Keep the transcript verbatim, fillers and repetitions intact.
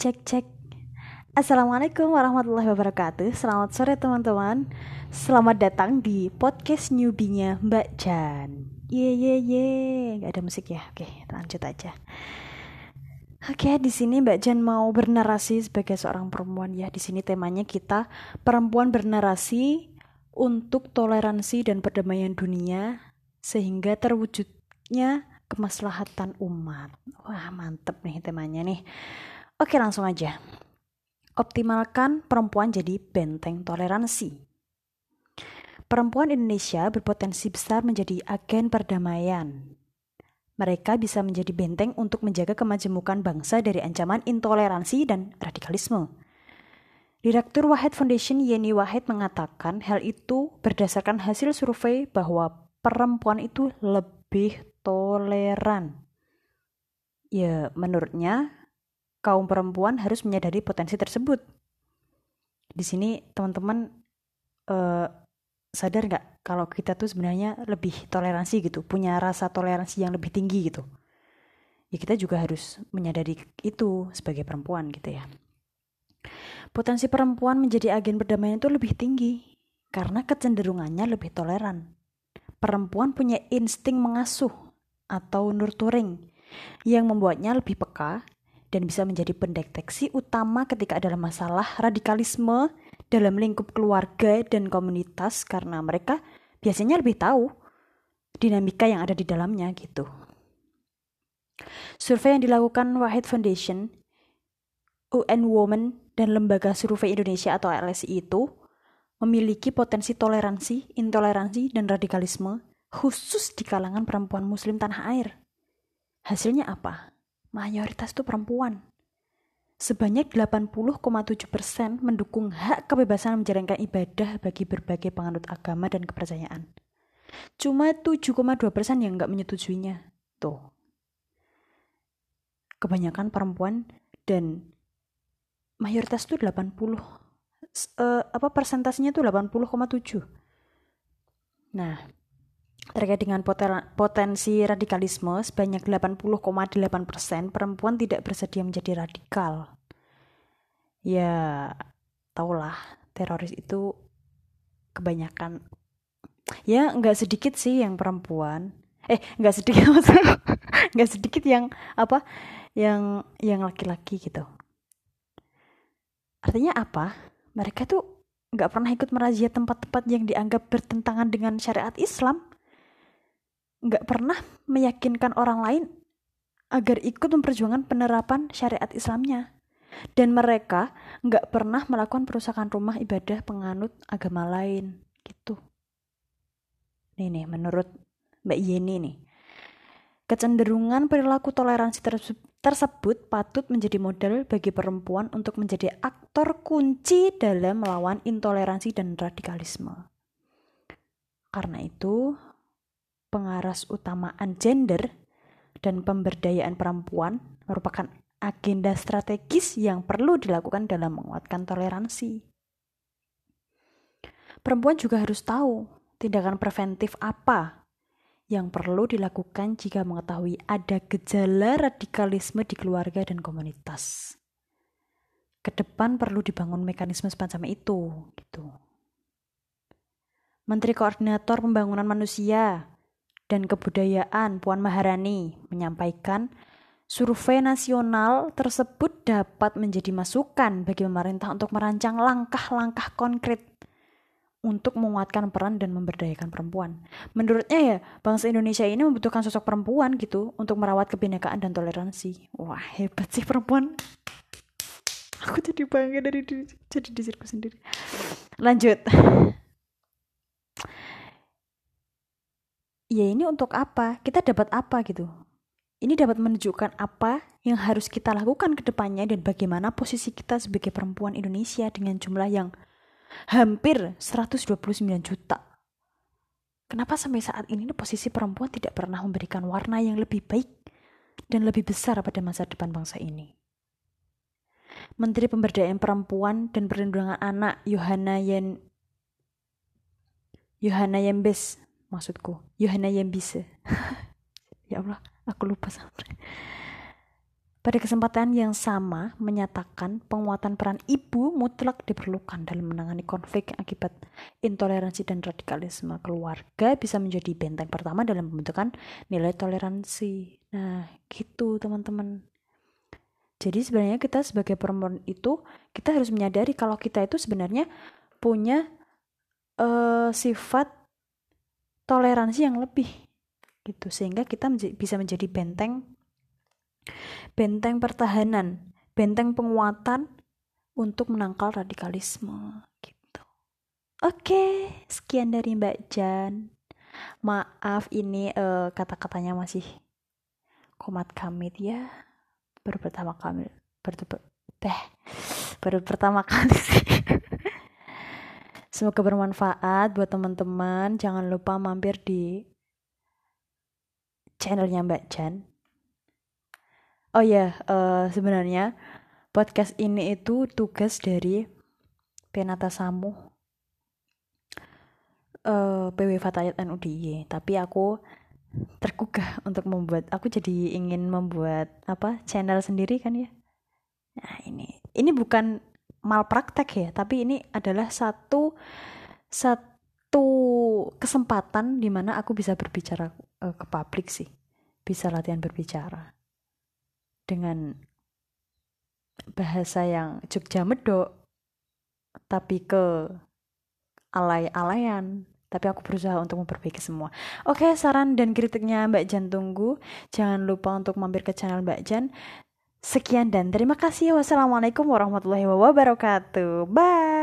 cek cek. Assalamualaikum warahmatullahi wabarakatuh. Selamat sore teman-teman. Selamat datang di podcast newbie-nya Mbak Jan. Ye ye ye. Gak ada musik ya. Oke, lanjut aja. Oke, di sini Mbak Jan mau bernarasi sebagai seorang perempuan ya. Di sini temanya kita perempuan bernarasi untuk toleransi dan perdamaian dunia sehingga terwujudnya kemaslahatan umat. Wah, mantep nih temanya nih. Oke, langsung aja. Optimalkan perempuan jadi benteng toleransi. Perempuan Indonesia berpotensi besar menjadi agen perdamaian. Mereka bisa menjadi benteng untuk menjaga kemajemukan bangsa dari ancaman intoleransi dan radikalisme. Direktur Wahid Foundation Yeni Wahid mengatakan hal itu berdasarkan hasil survei bahwa perempuan itu lebih toleran. Ya, menurutnya kaum perempuan harus menyadari potensi tersebut. Di sini teman-teman uh, sadar nggak kalau kita tuh sebenarnya lebih toleransi gitu, punya rasa toleransi yang lebih tinggi gitu. Ya kita juga harus menyadari itu sebagai perempuan gitu ya. Potensi perempuan menjadi agen perdamaian itu lebih tinggi karena kecenderungannya lebih toleran. Perempuan punya insting mengasuh atau nurturing yang membuatnya lebih peka dan bisa menjadi pendeteksi utama ketika ada masalah radikalisme dalam lingkup keluarga dan komunitas karena mereka biasanya lebih tahu dinamika yang ada di dalamnya gitu. Survei yang dilakukan Wahid Foundation, U N Women, dan Lembaga Survei Indonesia atau L S I itu memiliki potensi toleransi, intoleransi, dan radikalisme khusus di kalangan perempuan muslim tanah air. Hasilnya apa? Mayoritas itu perempuan. Sebanyak delapan puluh koma tujuh persen mendukung hak kebebasan menjalankan ibadah bagi berbagai penganut agama dan kepercayaan. Cuma tujuh koma dua persen yang nggak menyetujuinya. Tuh. Kebanyakan perempuan dan mayoritas itu delapan puluh uh, apa persentasenya itu delapan puluh koma tujuh. Nah, terkait dengan potensi radikalisme, sebanyak delapan puluh koma delapan persen perempuan tidak bersedia menjadi radikal. Ya, taulah, teroris itu kebanyakan. Ya, nggak sedikit sih yang perempuan. Eh, nggak sedikit maksudnya, nggak sedikit yang apa, yang yang laki-laki gitu. Artinya apa? Mereka tuh nggak pernah ikut merazia tempat-tempat yang dianggap bertentangan dengan syariat Islam. Nggak pernah meyakinkan orang lain agar ikut memperjuangkan penerapan syariat Islamnya. Dan mereka nggak pernah melakukan perusakan rumah ibadah penganut agama lain. Gitu. Nih nih, menurut Mbak Yeni nih. Kecenderungan perilaku toleransi tersebut patut menjadi model bagi perempuan untuk menjadi aktor kunci dalam melawan intoleransi dan radikalisme. Karena itu, pengaras utamaan gender dan pemberdayaan perempuan merupakan agenda strategis yang perlu dilakukan dalam menguatkan toleransi. Perempuan juga harus tahu tindakan preventif apa yang perlu dilakukan jika mengetahui ada gejala radikalisme di keluarga dan komunitas. Kedepan perlu dibangun mekanisme semacam itu, gitu. Menteri Koordinator Pembangunan Manusia dan Kebudayaan Puan Maharani menyampaikan survei nasional tersebut dapat menjadi masukan bagi pemerintah untuk merancang langkah-langkah konkret untuk menguatkan peran dan memberdayakan perempuan. Menurutnya ya, bangsa Indonesia ini membutuhkan sosok perempuan gitu untuk merawat kebinekaan dan toleransi. Wah, hebat sih perempuan. Aku jadi bangga dari diri, jadi diriku sendiri. Lanjut. Ya ini untuk apa? Kita dapat apa gitu? Ini dapat menunjukkan apa yang harus kita lakukan ke depannya dan bagaimana posisi kita sebagai perempuan Indonesia dengan jumlah yang hampir seratus dua puluh sembilan juta. Kenapa sampai saat ini posisi perempuan tidak pernah memberikan warna yang lebih baik dan lebih besar pada masa depan bangsa ini? Menteri Pemberdayaan Perempuan dan Perlindungan Anak Yohana Yen Yohana Yembes maksudku Yohana Yembise. Ya Allah, aku lupa sampai. pada kesempatan yang sama menyatakan penguatan peran ibu mutlak diperlukan dalam menangani konflik akibat intoleransi dan radikalisme. Keluarga bisa menjadi benteng pertama dalam pembentukan nilai toleransi. Nah, gitu teman-teman. Jadi sebenarnya kita sebagai perempuan itu, kita harus menyadari kalau kita itu sebenarnya punya uh, sifat toleransi yang lebih gitu, sehingga kita menj- bisa menjadi benteng benteng pertahanan, benteng penguatan untuk menangkal radikalisme gitu. Oke, sekian dari Mbak Jan. Maaf ini uh, kata-katanya masih komat kamit ya. Baru pertama kali bertemu teh baru pertama kali sih. Semoga bermanfaat buat teman-teman. Jangan lupa mampir di channelnya Mbak Jan. Oh ya, uh, sebenarnya podcast ini itu tugas dari Penata Samu uh, P W Fatayat N U D I Y. Tapi aku tergugah untuk membuat, aku jadi ingin membuat apa channel sendiri kan ya. Nah ini, ini bukan malpraktek ya, tapi ini adalah satu satu kesempatan di mana aku bisa berbicara uh, ke publik sih, bisa latihan berbicara dengan bahasa yang Jogja medok, tapi ke alay-alayan. Tapi aku berusaha untuk memperbaiki semua. Oke, saran dan kritiknya Mbak Jan tunggu. Jangan lupa untuk mampir ke channel Mbak Jan. Sekian dan terima kasih. Wassalamualaikum warahmatullahi wabarakatuh. Bye.